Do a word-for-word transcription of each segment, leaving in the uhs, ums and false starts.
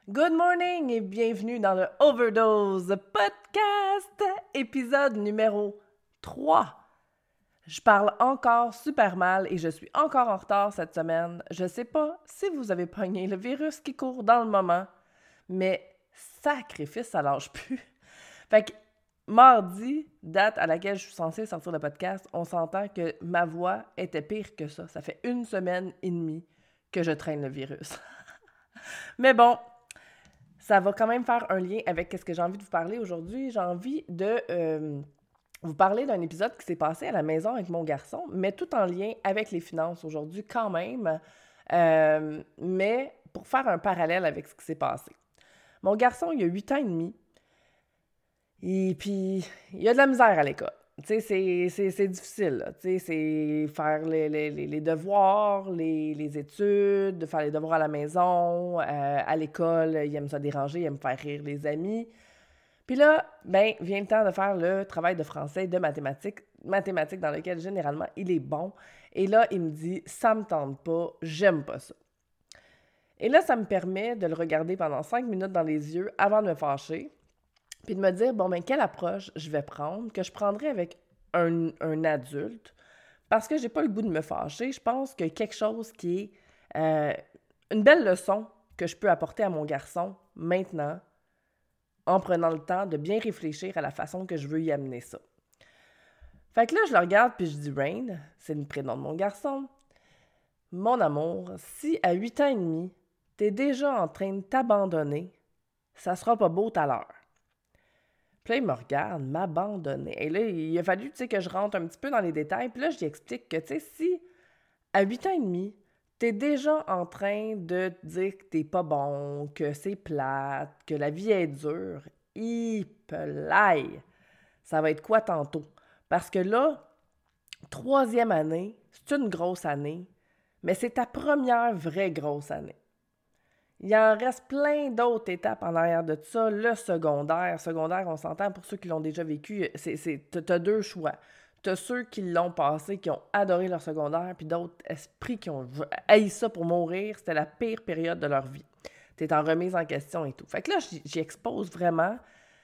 Good morning et bienvenue dans le Overdose Podcast, épisode numéro trois. Je parle encore super mal et je suis encore en retard cette semaine. Je sais pas si vous avez pogné le virus qui court dans le moment, mais sacrifice, ça lâche plus. Fait que mardi, date à laquelle je suis censée sortir le podcast, on s'entend que ma voix était pire que ça. Ça fait une semaine et demie que je traîne le virus. Mais bon, ça va quand même faire un lien avec ce que j'ai envie de vous parler aujourd'hui. J'ai envie de euh, vous parler d'un épisode qui s'est passé à la maison avec mon garçon, mais tout en lien avec les finances aujourd'hui quand même, euh, mais pour faire un parallèle avec ce qui s'est passé. Mon garçon, il a huit ans et demi, et puis il a de la misère à l'école. Tu sais, c'est, c'est, c'est difficile. Tu sais, c'est faire les, les, les devoirs, les, les études, de faire les devoirs à la maison, euh, à l'école, il aime ça déranger, il aime faire rire les amis. Puis là, ben, vient le temps de faire le travail de français, de mathématiques, mathématiques dans lequel généralement il est bon. Et là, il me dit, ça me tente pas, j'aime pas ça. Et là, ça me permet de le regarder pendant cinq minutes dans les yeux avant de me fâcher. Puis de me dire, bon, ben, quelle approche je vais prendre, que je prendrai avec un, un adulte, parce que j'ai pas le goût de me fâcher. Je pense que quelque chose qui est euh, une belle leçon que je peux apporter à mon garçon maintenant, en prenant le temps de bien réfléchir à la façon que je veux y amener ça. Fait que là, je le regarde, puis je dis, Rain, c'est le prénom de mon garçon, mon amour, si à huit ans et demi, t'es déjà en train de t'abandonner, ça sera pas beau tout à l'heure. Puis là, il me regarde, m'abandonner. Et là, il a fallu, tu sais, que je rentre un petit peu dans les détails. Puis là, je lui explique que, tu sais, si à huit ans et demi, t'es déjà en train de te dire que t'es pas bon, que c'est plate, que la vie est dure, hipelaï, ça va être quoi tantôt? Parce que là, troisième année, c'est une grosse année, mais c'est ta première vraie grosse année. Il en reste plein d'autres étapes en arrière de ça. Le secondaire, secondaire, on s'entend pour ceux qui l'ont déjà vécu, c'est, c'est, t'as deux choix. T'as ceux qui l'ont passé, qui ont adoré leur secondaire, puis d'autres esprits qui ont haï ça pour mourir. C'était la pire période de leur vie. T'es en remise en question et tout. Fait que là, j'y expose vraiment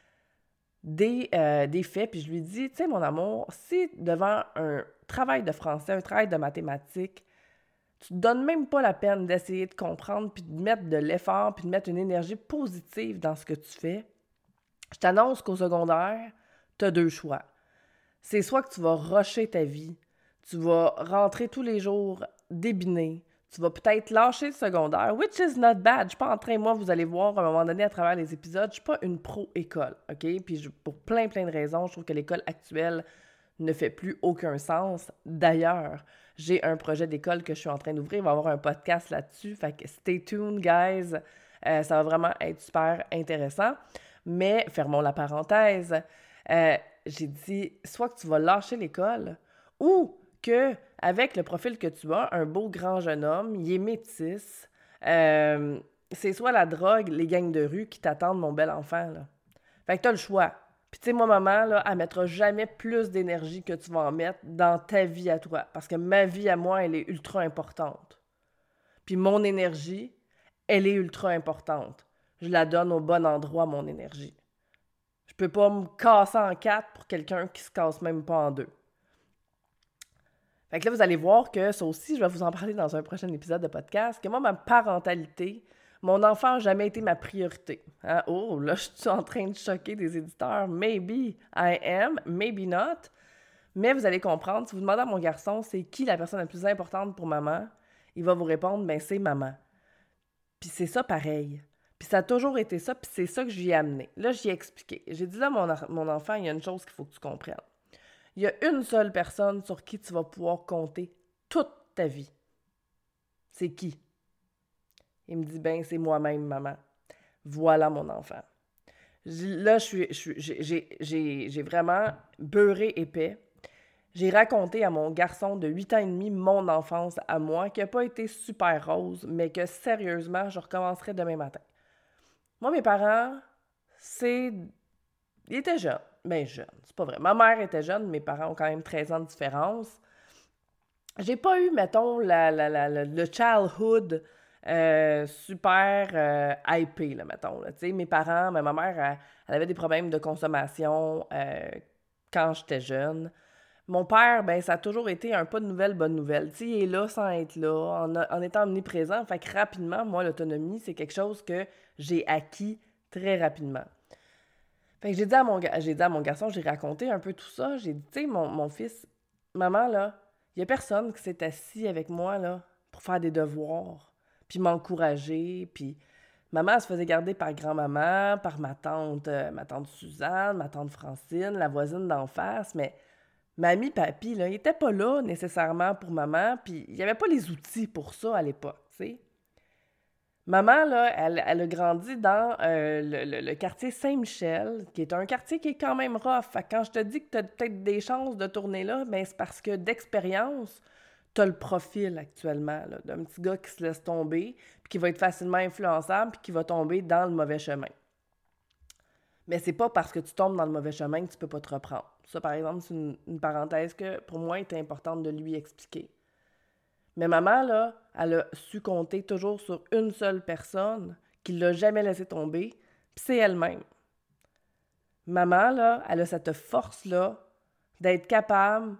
des, euh, des faits, puis je lui dis, tu sais, mon amour, si devant un travail de français, un travail de mathématiques, tu te donnes même pas la peine d'essayer de comprendre, puis de mettre de l'effort, puis de mettre une énergie positive dans ce que tu fais, je t'annonce qu'au secondaire, tu as deux choix. C'est soit que tu vas rusher ta vie, tu vas rentrer tous les jours débiner, tu vas peut-être lâcher le secondaire, which is not bad. Je suis pas en train, moi, vous allez voir à un moment donné à travers les épisodes, je suis pas une pro-école, OK? Puis je, pour plein, plein de raisons, je trouve que l'école actuelle ne fait plus aucun sens. D'ailleurs, j'ai un projet d'école que je suis en train d'ouvrir. Il va y avoir un podcast là-dessus. Fait que stay tuned, guys. Euh, ça va vraiment être super intéressant. Mais, fermons la parenthèse, euh, j'ai dit, soit que tu vas lâcher l'école ou que, avec le profil que tu as, un beau grand jeune homme, il est métis, euh, c'est soit la drogue, les gangs de rue qui t'attendent, mon bel enfant, là. Fait que t'as le choix. Puis tu sais, moi, maman, là, elle mettra jamais plus d'énergie que tu vas en mettre dans ta vie à toi. Parce que ma vie à moi, elle est ultra importante. Puis mon énergie, elle est ultra importante. Je la donne au bon endroit, mon énergie. Je peux pas me casser en quatre pour quelqu'un qui se casse même pas en deux. Fait que là, vous allez voir que ça aussi, je vais vous en parler dans un prochain épisode de podcast, que moi, ma parentalité, mon enfant n'a jamais été ma priorité. Hein? Oh, là, je suis en train de choquer des éditeurs. Maybe I am, maybe not. Mais vous allez comprendre, si vous demandez à mon garçon, c'est qui la personne la plus importante pour maman, il va vous répondre, ben c'est maman. Puis c'est ça pareil. Puis ça a toujours été ça, puis c'est ça que j'y ai amené. Là, j'y ai expliqué. J'ai dit là, mon, mon enfant, il y a une chose qu'il faut que tu comprennes. Il y a une seule personne sur qui tu vas pouvoir compter toute ta vie. C'est qui? Il me dit, ben, c'est moi-même, maman. Voilà mon enfant. Là, je suis, je suis, j'ai, j'ai, j'ai vraiment beurré épais. J'ai raconté à mon garçon de huit ans et demi mon enfance à moi, qui n'a pas été super rose, mais que sérieusement, je recommencerai demain matin. Moi, mes parents, c'est... Ils étaient jeunes. Ben, jeunes, c'est pas vrai. Ma mère était jeune, mes parents ont quand même treize ans de différence. J'ai pas eu, mettons, la, la, la, la, le childhood euh, super euh, hypée, là, mettons. Là. Tu sais, mes parents, ma mère, elle, elle avait des problèmes de consommation euh, quand j'étais jeune. Mon père, ben ça a toujours été un pas de nouvelles, bonne nouvelle. Tu sais, il est là sans être là, en, a- en étant omniprésent. Fait que rapidement, moi, l'autonomie, c'est quelque chose que j'ai acquis très rapidement. Fait que j'ai dit à mon, ga- j'ai dit à mon garçon, j'ai raconté un peu tout ça. J'ai dit, tu sais, mon, mon fils, maman, là, il y a personne qui s'est assis avec moi, là, pour faire des devoirs, puis m'encourager, puis maman, elle se faisait garder par grand-maman, par ma tante, euh, ma tante Suzanne, ma tante Francine, la voisine d'en face, mais mamie, papy, là, ils étaient pas là nécessairement pour maman, puis il y avait pas les outils pour ça à l'époque, tu sais. Maman, là, elle, elle a grandi dans euh, le, le- le quartier Saint-Michel, qui est un quartier qui est quand même rough. Fait que quand je te dis que tu as peut-être des chances de tourner là, ben c'est parce que d'expérience, tu as le profil actuellement là, d'un petit gars qui se laisse tomber, puis qui va être facilement influençable, puis qui va tomber dans le mauvais chemin. Mais c'est pas parce que tu tombes dans le mauvais chemin que tu peux pas te reprendre. Ça, par exemple, c'est une, une parenthèse que pour moi, il était importante de lui expliquer. Mais maman, là, elle a su compter toujours sur une seule personne qui l'a jamais laissé tomber, puis c'est elle-même. Maman, là, elle a cette force-là d'être capable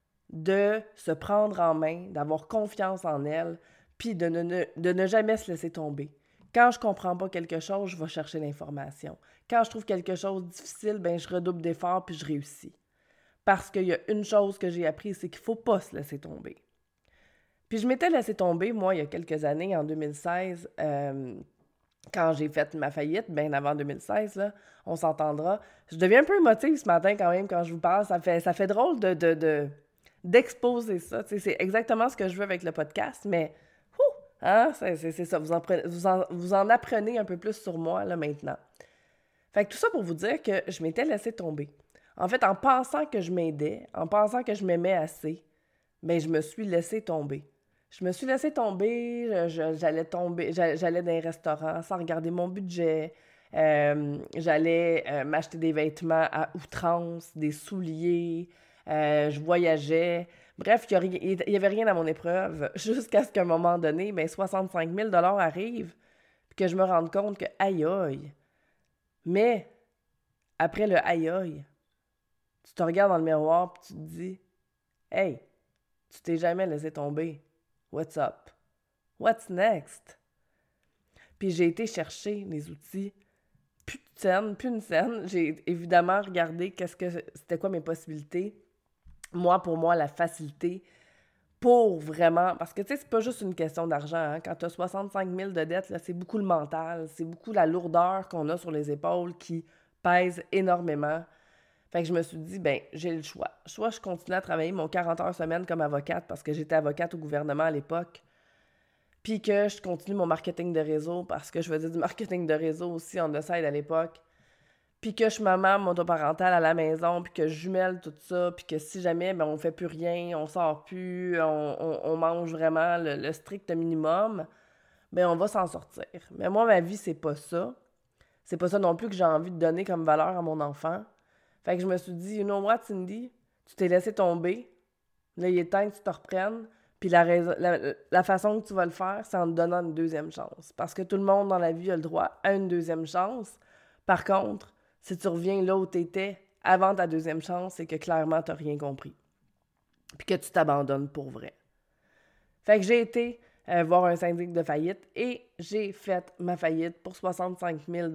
de se prendre en main, d'avoir confiance en elle, puis de ne, de ne jamais se laisser tomber. Quand je comprends pas quelque chose, je vais chercher l'information. Quand je trouve quelque chose difficile, ben je redouble d'efforts puis je réussis. Parce qu'il y a une chose que j'ai appris, c'est qu'il faut pas se laisser tomber. Puis je m'étais laissé tomber, moi, il y a quelques années, en deux mille seize, euh, quand j'ai fait ma faillite, bien avant deux mille seize, là, on s'entendra. Je deviens un peu émotive ce matin quand même quand je vous parle. Ça fait, ça fait drôle de, de, de- d'exposer ça. Tu sais, c'est exactement ce que je veux avec le podcast, mais ouh, hein, c'est, c'est, c'est ça. Vous en, prenez- vous, en, vous en apprenez un peu plus sur moi là, maintenant. Fait que tout ça pour vous dire que je m'étais laissé tomber. En fait, en pensant que je m'aidais, en pensant que je m'aimais assez, ben je me suis laissé tomber. Je me suis laissé tomber, je- je- j'allais tomber, j'a- j'allais dans les restaurants sans regarder mon budget. Euh, j'allais euh, m'acheter des vêtements à outrance, des souliers, euh, je voyageais. Bref, il n'y avait rien à mon épreuve, jusqu'à ce qu'à un moment donné, ben soixante-cinq mille arrivent, puis que je me rende compte que aïe aïe. Mais après le aïe aïe, tu te regardes dans le miroir puis tu te dis, hey, tu t'es jamais laissé tomber. What's up? What's next? Puis j'ai été chercher les outils. Plus de scène, plus une scène. J'ai évidemment regardé qu'est-ce que c'était quoi mes possibilités. Moi, pour moi, la facilité pour vraiment... Parce que, tu sais, c'est pas juste une question d'argent. Hein. Quand tu as soixante-cinq mille de dettes, là, c'est beaucoup le mental. C'est beaucoup la lourdeur qu'on a sur les épaules qui pèse énormément. Fait que je me suis dit, ben j'ai le choix. Soit je continue à travailler mon quarante heures semaine comme avocate parce que j'étais avocate au gouvernement à l'époque, puis que je continue mon marketing de réseau parce que je faisais du marketing de réseau aussi en side à l'époque, puis que je suis maman monoparentale à la maison, puis que je jumelle tout ça, puis que si jamais ben, on fait plus rien, on sort plus, on, on- on mange vraiment le, le strict minimum, ben on va s'en sortir. Mais moi, ma vie, c'est pas ça. C'est pas ça non plus que j'ai envie de donner comme valeur à mon enfant. Fait que je me suis dit, you know what, Cindy? Tu t'es laissé tomber. Là, il est temps que tu te reprennes. Puis la, raison, la, la façon que tu vas le faire, c'est en te donnant une deuxième chance. Parce que tout le monde dans la vie a le droit à une deuxième chance. Par contre, si tu reviens là où tu étais avant ta deuxième chance, c'est que clairement, tu n'as rien compris. Puis que tu t'abandonnes pour vrai. Fait que j'ai été euh, voir un syndic de faillite et j'ai fait ma faillite pour soixante-cinq mille.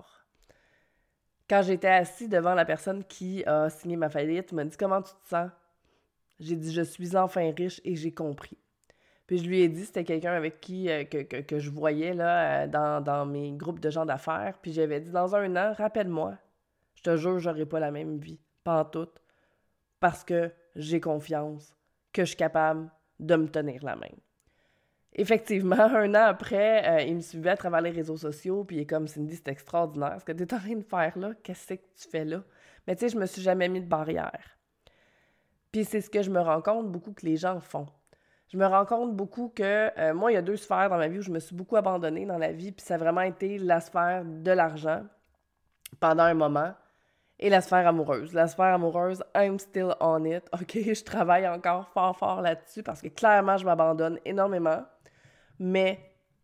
Quand j'étais assis devant la personne qui a signé ma faillite, il m'a dit « Comment tu te sens? » J'ai dit « Je suis enfin riche et j'ai compris. » Puis je lui ai dit, c'était quelqu'un avec qui euh, que, que, que je voyais là, euh, dans, dans mes groupes de gens d'affaires. Puis j'avais dit « Dans un an, rappelle-moi, je te jure, j'aurai pas la même vie, pas en tout, parce que j'ai confiance que je suis capable de me tenir la main. » Effectivement, un an après, euh, il me suivait à travers les réseaux sociaux, puis il est comme Cindy, c'est extraordinaire. Ce que tu es en train de faire là, qu'est-ce que tu fais là? Mais tu sais, je me suis jamais mis de barrière. Puis c'est ce que je me rends compte beaucoup que les gens font. Je me rends compte beaucoup que euh, moi, il y a deux sphères dans ma vie où je me suis beaucoup abandonnée dans la vie, puis ça a vraiment été la sphère de l'argent pendant un moment et la sphère amoureuse. La sphère amoureuse, I'm still on it. OK, je travaille encore fort, fort là-dessus parce que clairement, je m'abandonne énormément. Mais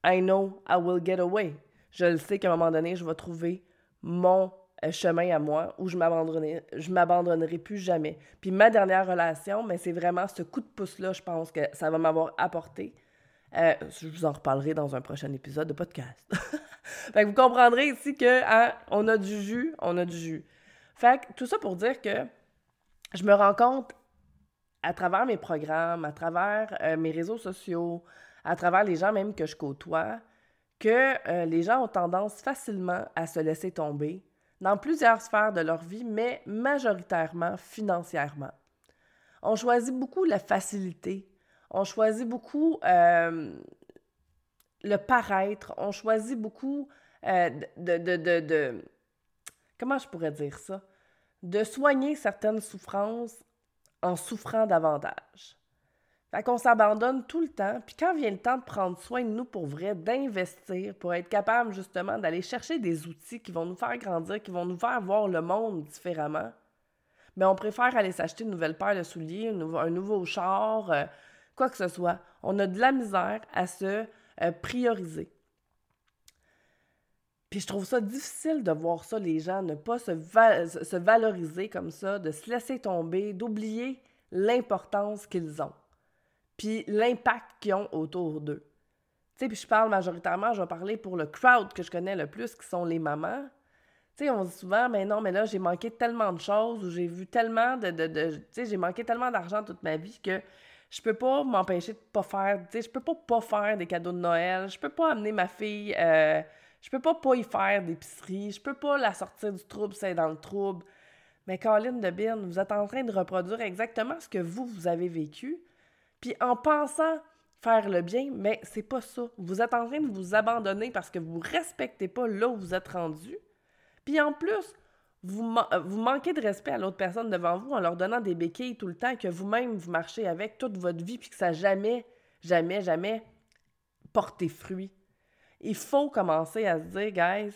I know I will get away. Je le sais qu'à un moment donné, je vais trouver mon euh, chemin à moi où je m'abandonnerai, je m'abandonnerai plus jamais. Puis ma dernière relation, mais c'est vraiment ce coup de pouce-là, je pense que ça va m'avoir apporté. Euh, je vous en reparlerai dans un prochain épisode de podcast. Fait que vous comprendrez ici que hein, on a du jus, on a du jus. Fait que tout ça pour dire que je me rends compte à travers mes programmes, à travers euh, mes réseaux sociaux, à travers les gens même que je côtoie, que euh, les gens ont tendance facilement à se laisser tomber dans plusieurs sphères de leur vie, mais majoritairement financièrement. On choisit beaucoup la facilité, on choisit beaucoup euh, le paraître, on choisit beaucoup euh, de, de, de, de... Comment je pourrais dire ça? De soigner certaines souffrances en souffrant davantage. Fait qu'on s'abandonne tout le temps, puis quand vient le temps de prendre soin de nous pour vrai, d'investir, pour être capable justement d'aller chercher des outils qui vont nous faire grandir, qui vont nous faire voir le monde différemment, bien on préfère aller s'acheter une nouvelle paire de souliers, un nouveau, un nouveau char, euh, quoi que ce soit. On a de la misère à se euh, prioriser. Puis je trouve ça difficile de voir ça, les gens, ne pas se, va- se valoriser comme ça, de se laisser tomber, d'oublier l'importance qu'ils ont, puis l'impact qu'ils ont autour d'eux. Tu sais, puis je parle majoritairement, je vais parler pour le crowd que je connais le plus, qui sont les mamans. Tu sais, on dit souvent, mais non, mais là, j'ai manqué tellement de choses, ou j'ai vu tellement de... de, de tu sais, j'ai manqué tellement d'argent toute ma vie que je peux pas m'empêcher de pas faire... Tu sais, je peux pas pas faire des cadeaux de Noël, je peux pas amener ma fille... Euh, je peux pas pas y faire d'épicerie, je peux pas la sortir du trouble si elle est dans le trouble. Mais Colin de Bin, vous êtes en train de reproduire exactement ce que vous, vous avez vécu, puis en pensant faire le bien, mais c'est pas ça. Vous êtes en train de vous abandonner parce que vous respectez pas là où vous êtes rendu. Puis en plus, vous, ma- vous manquez de respect à l'autre personne devant vous en leur donnant des béquilles tout le temps que vous-même vous marchez avec toute votre vie puis que ça n'a jamais, jamais, jamais porté fruit. Il faut commencer à se dire, guys,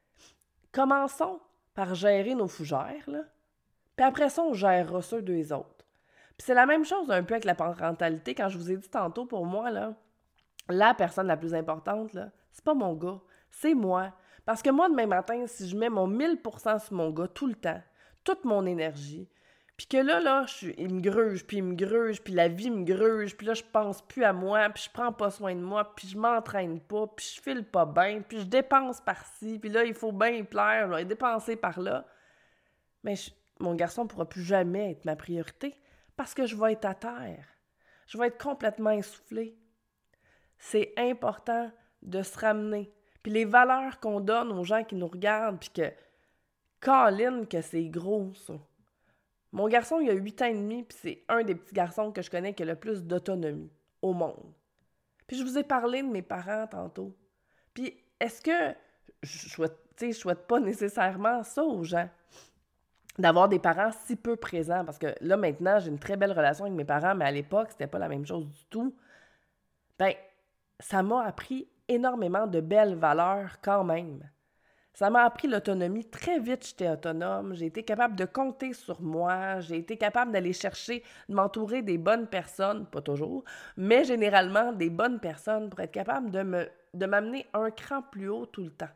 commençons par gérer nos fougères, là. Puis après ça, on gérera ceux des autres. Puis c'est la même chose un peu avec la parentalité. Quand je vous ai dit tantôt, pour moi, là, la personne la plus importante, là, c'est pas mon gars, c'est moi. Parce que moi, demain matin, si je mets mon mille pour cent sur mon gars tout le temps, toute mon énergie, puis que là, là, je suis, il me gruge, puis il me gruge, puis la vie me gruge, puis là, je pense plus à moi, puis je prends pas soin de moi, puis je m'entraîne pas, puis je file pas bien, puis je dépense par-ci, puis là, il faut bien y plaire, là, et dépenser par-là. Mais je- mon garçon ne pourra plus jamais être ma priorité parce que je vais être à terre. Je vais être complètement essoufflée. C'est important de se ramener. Puis les valeurs qu'on donne aux gens qui nous regardent, puis que, Colin, que c'est gros, ça. Mon garçon, il a huit ans et demi, puis c'est un des petits garçons que je connais qui a le plus d'autonomie au monde. Puis je vous ai parlé de mes parents tantôt. Puis est-ce que je souhaite, tu sais, je souhaite pas nécessairement ça aux gens, d'avoir des parents si peu présents, parce que là, maintenant, j'ai une très belle relation avec mes parents, mais à l'époque, c'était pas la même chose du tout. Ben, ça m'a appris énormément de belles valeurs quand même. Ça m'a appris l'autonomie. Très vite, j'étais autonome. J'ai été capable de compter sur moi. J'ai été capable d'aller chercher, de m'entourer des bonnes personnes, pas toujours, mais généralement des bonnes personnes pour être capable de me, de m'amener un cran plus haut tout le temps.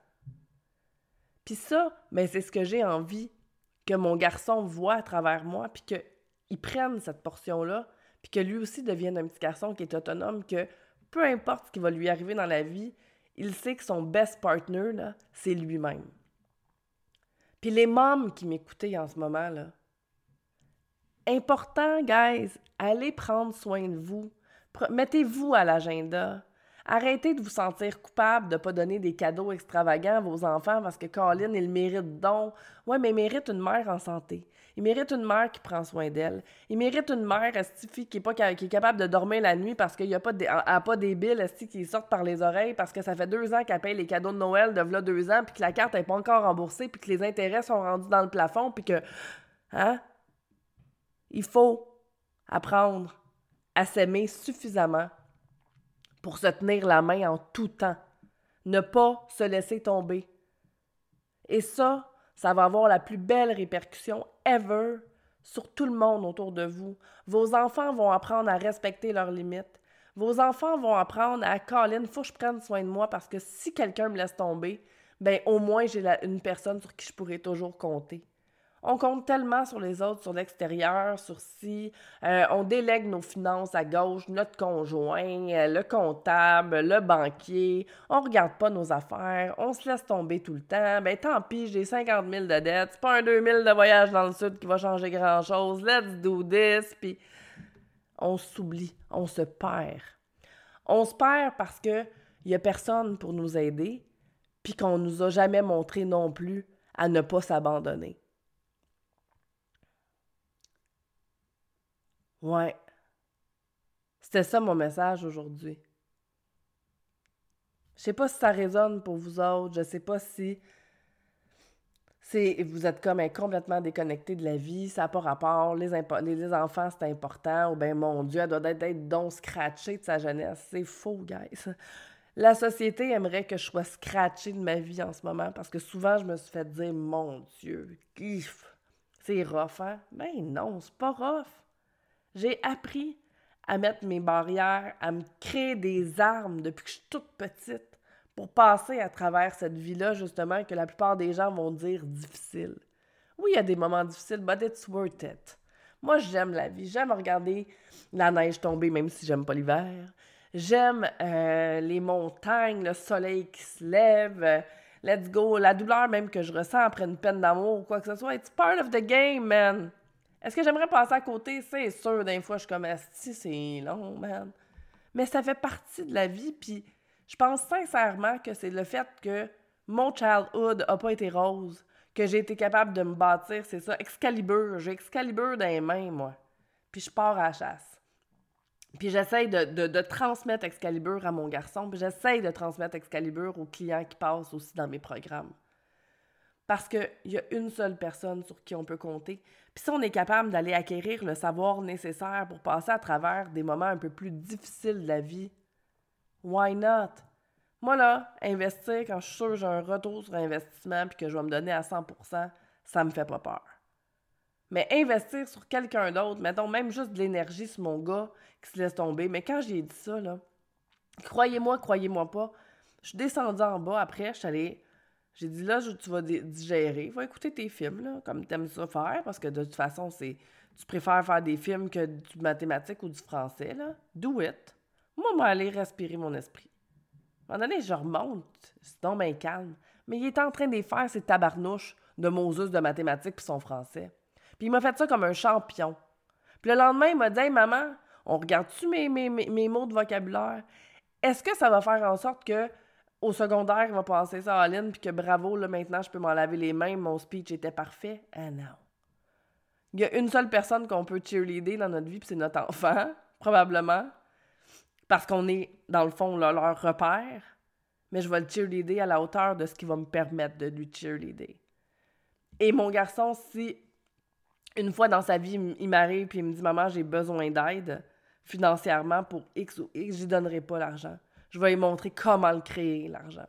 Puis ça, ben, c'est ce que j'ai envie que mon garçon voit à travers moi, puis qu'il prenne cette portion-là, puis que lui aussi devienne un petit garçon qui est autonome, que peu importe ce qui va lui arriver dans la vie, il sait que son best partner, là, c'est lui-même. Puis les mômes qui m'écoutaient en ce moment, là, important, guys, allez prendre soin de vous. Mettez-vous à l'agenda. Arrêtez de vous sentir coupable de ne pas donner des cadeaux extravagants à vos enfants parce que Colin, il mérite donc. Ouais, mais il mérite une mère en santé. Il mérite une mère qui prend soin d'elle. Il mérite une mère, esti, qui est, pas, qui est capable de dormir la nuit parce qu'il n'y a pas, de, a pas des billes esti, qui sortent par les oreilles parce que ça fait deux ans qu'elle paye les cadeaux de Noël de v'là deux ans puis que la carte n'est pas encore remboursée puis que les intérêts sont rendus dans le plafond puis que... Hein? Il faut apprendre à s'aimer suffisamment pour se tenir la main en tout temps. Ne pas se laisser tomber. Et ça, ça va avoir la plus belle répercussion ever sur tout le monde autour de vous. Vos enfants vont apprendre à respecter leurs limites. Vos enfants vont apprendre à Colin, faut que je prenne soin de moi parce que si quelqu'un me laisse tomber, ben au moins j'ai la- une personne sur qui je pourrais toujours compter. On compte tellement sur les autres, sur l'extérieur, sur si euh, on délègue nos finances à gauche, notre conjoint, euh, le comptable, le banquier, on regarde pas nos affaires, on se laisse tomber tout le temps. Ben tant pis, j'ai cinquante mille de dettes, c'est pas un deux mille de voyage dans le sud qui va changer grand-chose, let's do this, puis on s'oublie, on se perd. On se perd parce que y a personne pour nous aider, puis qu'on nous a jamais montré non plus à ne pas s'abandonner. Ouais, c'était ça mon message aujourd'hui. Je sais pas si ça résonne pour vous autres, je sais pas si c'est vous êtes comme hein, complètement déconnecté de la vie, ça n'a pas rapport, les, impo- les, les enfants c'est important, ou bien mon Dieu, elle doit être, être donc scratchée de sa jeunesse. C'est faux, guys. La société aimerait que je sois scratchée de ma vie en ce moment parce que souvent je me suis fait dire mon Dieu, gif, c'est rough, hein? Ben non, c'est pas rough. J'ai appris à mettre mes barrières, à me créer des armes depuis que je suis toute petite pour passer à travers cette vie-là, justement, que la plupart des gens vont dire difficile. Oui, il y a des moments difficiles, but it's worth it. Moi, j'aime la vie. J'aime regarder la neige tomber, même si j'aime pas l'hiver. J'aime euh, les montagnes, le soleil qui se lève. euh, let's go. La douleur même que je ressens après une peine d'amour ou quoi que ce soit. It's part of the game, man. Est-ce que j'aimerais passer à côté? C'est sûr, des fois, je suis comme, asti, c'est long, man. Mais ça fait partie de la vie, puis je pense sincèrement que c'est le fait que mon childhood a pas été rose, que j'ai été capable de me bâtir, c'est ça, Excalibur. J'ai Excalibur dans les mains, moi. Puis je pars à la chasse. Puis j'essaye de, de, de transmettre Excalibur à mon garçon, puis j'essaye de transmettre Excalibur aux clients qui passent aussi dans mes programmes. Parce qu'il y a une seule personne sur qui on peut compter. Puis si on est capable d'aller acquérir le savoir nécessaire pour passer à travers des moments un peu plus difficiles de la vie, why not? Moi, là, investir quand je suis sûre que j'ai un retour sur investissement puis que je vais me donner à cent pour cent, ça me fait pas peur. Mais investir sur quelqu'un d'autre, mettons même juste de l'énergie sur mon gars qui se laisse tomber, mais quand j'ai dit ça, là, croyez-moi, croyez-moi pas, je suis descendue en bas après, je suis allée, j'ai dit là, je- tu vas dé- digérer, va écouter tes films, là, comme tu aimes ça faire, parce que de toute façon, c'est tu préfères faire des films que du mathématique ou du français, là. Do it. Moi, moi, aller respirer mon esprit. À un moment donné, je remonte, c'est donc bien calme. Mais il était en train de les faire, ces tabarnouches de Moses de mathématiques puis son français. Puis il m'a fait ça comme un champion. Puis le lendemain, il m'a dit hey, maman, on regarde-tu mes, mes, mes, mes mots de vocabulaire? Est-ce que ça va faire en sorte que au secondaire, il va passer ça à Aline puis que bravo, là, maintenant, je peux m'en laver les mains, mon speech était parfait? Ah non. Il y a une seule personne qu'on peut cheerleader dans notre vie, puis c'est notre enfant, probablement. Parce qu'on est, dans le fond, là, leur repère. Mais je vais le cheerleader à la hauteur de ce qui va me permettre de lui cheerleader. Et mon garçon, si une fois dans sa vie, il m'arrive et il me dit « Maman, j'ai besoin d'aide financièrement pour X ou X », je lui donnerai pas l'argent. Je vais lui montrer comment le créer, l'argent.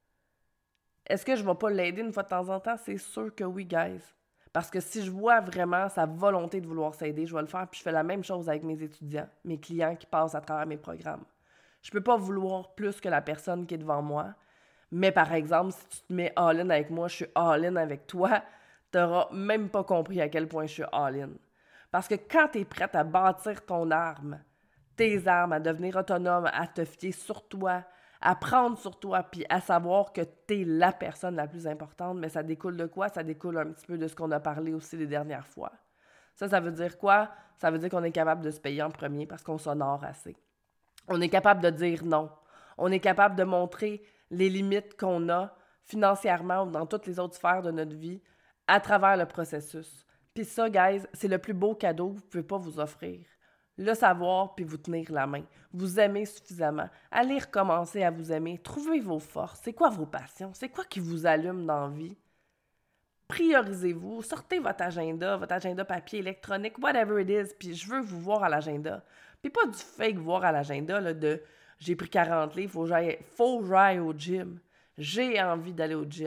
Est-ce que je vais pas l'aider une fois de temps en temps? C'est sûr que oui, guys. Parce que si je vois vraiment sa volonté de vouloir s'aider, je vais le faire. Puis je fais la même chose avec mes étudiants, mes clients qui passent à travers mes programmes. Je peux pas vouloir plus que la personne qui est devant moi. Mais par exemple, si tu te mets all-in avec moi, je suis all-in avec toi, tu n'auras même pas compris à quel point je suis all-in. Parce que quand tu es prête à bâtir ton arme, tes armes, à devenir autonome, à te fier sur toi, à prendre sur toi, puis à savoir que tu es la personne la plus importante, mais ça découle de quoi? Ça découle un petit peu de ce qu'on a parlé aussi les dernières fois. Ça, ça veut dire quoi? Ça veut dire qu'on est capable de se payer en premier parce qu'on s'honore assez. On est capable de dire non. On est capable de montrer les limites qu'on a financièrement ou dans toutes les autres sphères de notre vie à travers le processus. Puis ça, guys, c'est le plus beau cadeau que vous ne pouvez pas vous offrir. Le savoir puis vous tenir la main. Vous aimer suffisamment. Allez recommencer à vous aimer. Trouvez vos forces. C'est quoi vos passions? C'est quoi qui vous allume dans la vie? Priorisez-vous. Sortez votre agenda, votre agenda papier, électronique, whatever it is. Puis je veux vous voir à l'agenda. Puis pas du fake voir à l'agenda là, de « j'ai pris quarante livres, faut que j'aille, faut que j'aille au gym ». J'ai envie d'aller au gym.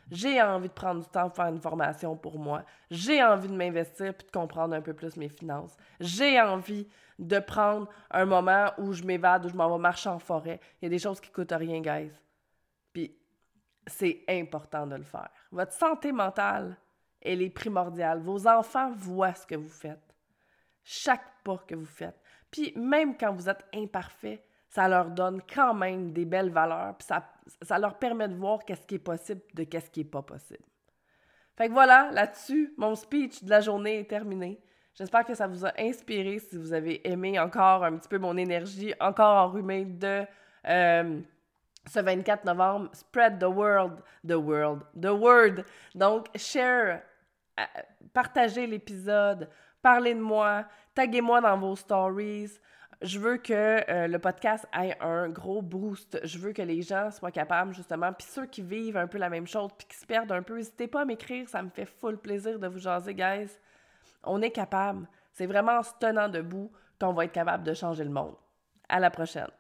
J'ai envie de prendre du temps pour faire une formation pour moi. J'ai envie de m'investir puis de comprendre un peu plus mes finances. J'ai envie de prendre un moment où je m'évade, où je m'en vais marcher en forêt. Il y a des choses qui coûtent rien, guys. Puis c'est important de le faire. Votre santé mentale, elle est primordiale. Vos enfants voient ce que vous faites. Chaque pas que vous faites. Puis même quand vous êtes imparfait, ça leur donne quand même des belles valeurs, puis ça, ça leur permet de voir qu'est-ce qui est possible de qu'est-ce qui n'est pas possible. Fait que voilà, là-dessus, mon speech de la journée est terminé. J'espère que ça vous a inspiré, si vous avez aimé encore un petit peu mon énergie, encore enrhumée de euh, ce vingt-quatre novembre. Spread the world, the world, the word. Donc, share, euh, partagez l'épisode, parlez de moi, taguez-moi dans vos stories. Je veux que euh, le podcast ait un gros boost. Je veux que les gens soient capables, justement, puis ceux qui vivent un peu la même chose, puis qui se perdent un peu, n'hésitez pas à m'écrire, ça me fait full plaisir de vous jaser, guys. On est capable. C'est vraiment en se tenant debout qu'on va être capable de changer le monde. À la prochaine.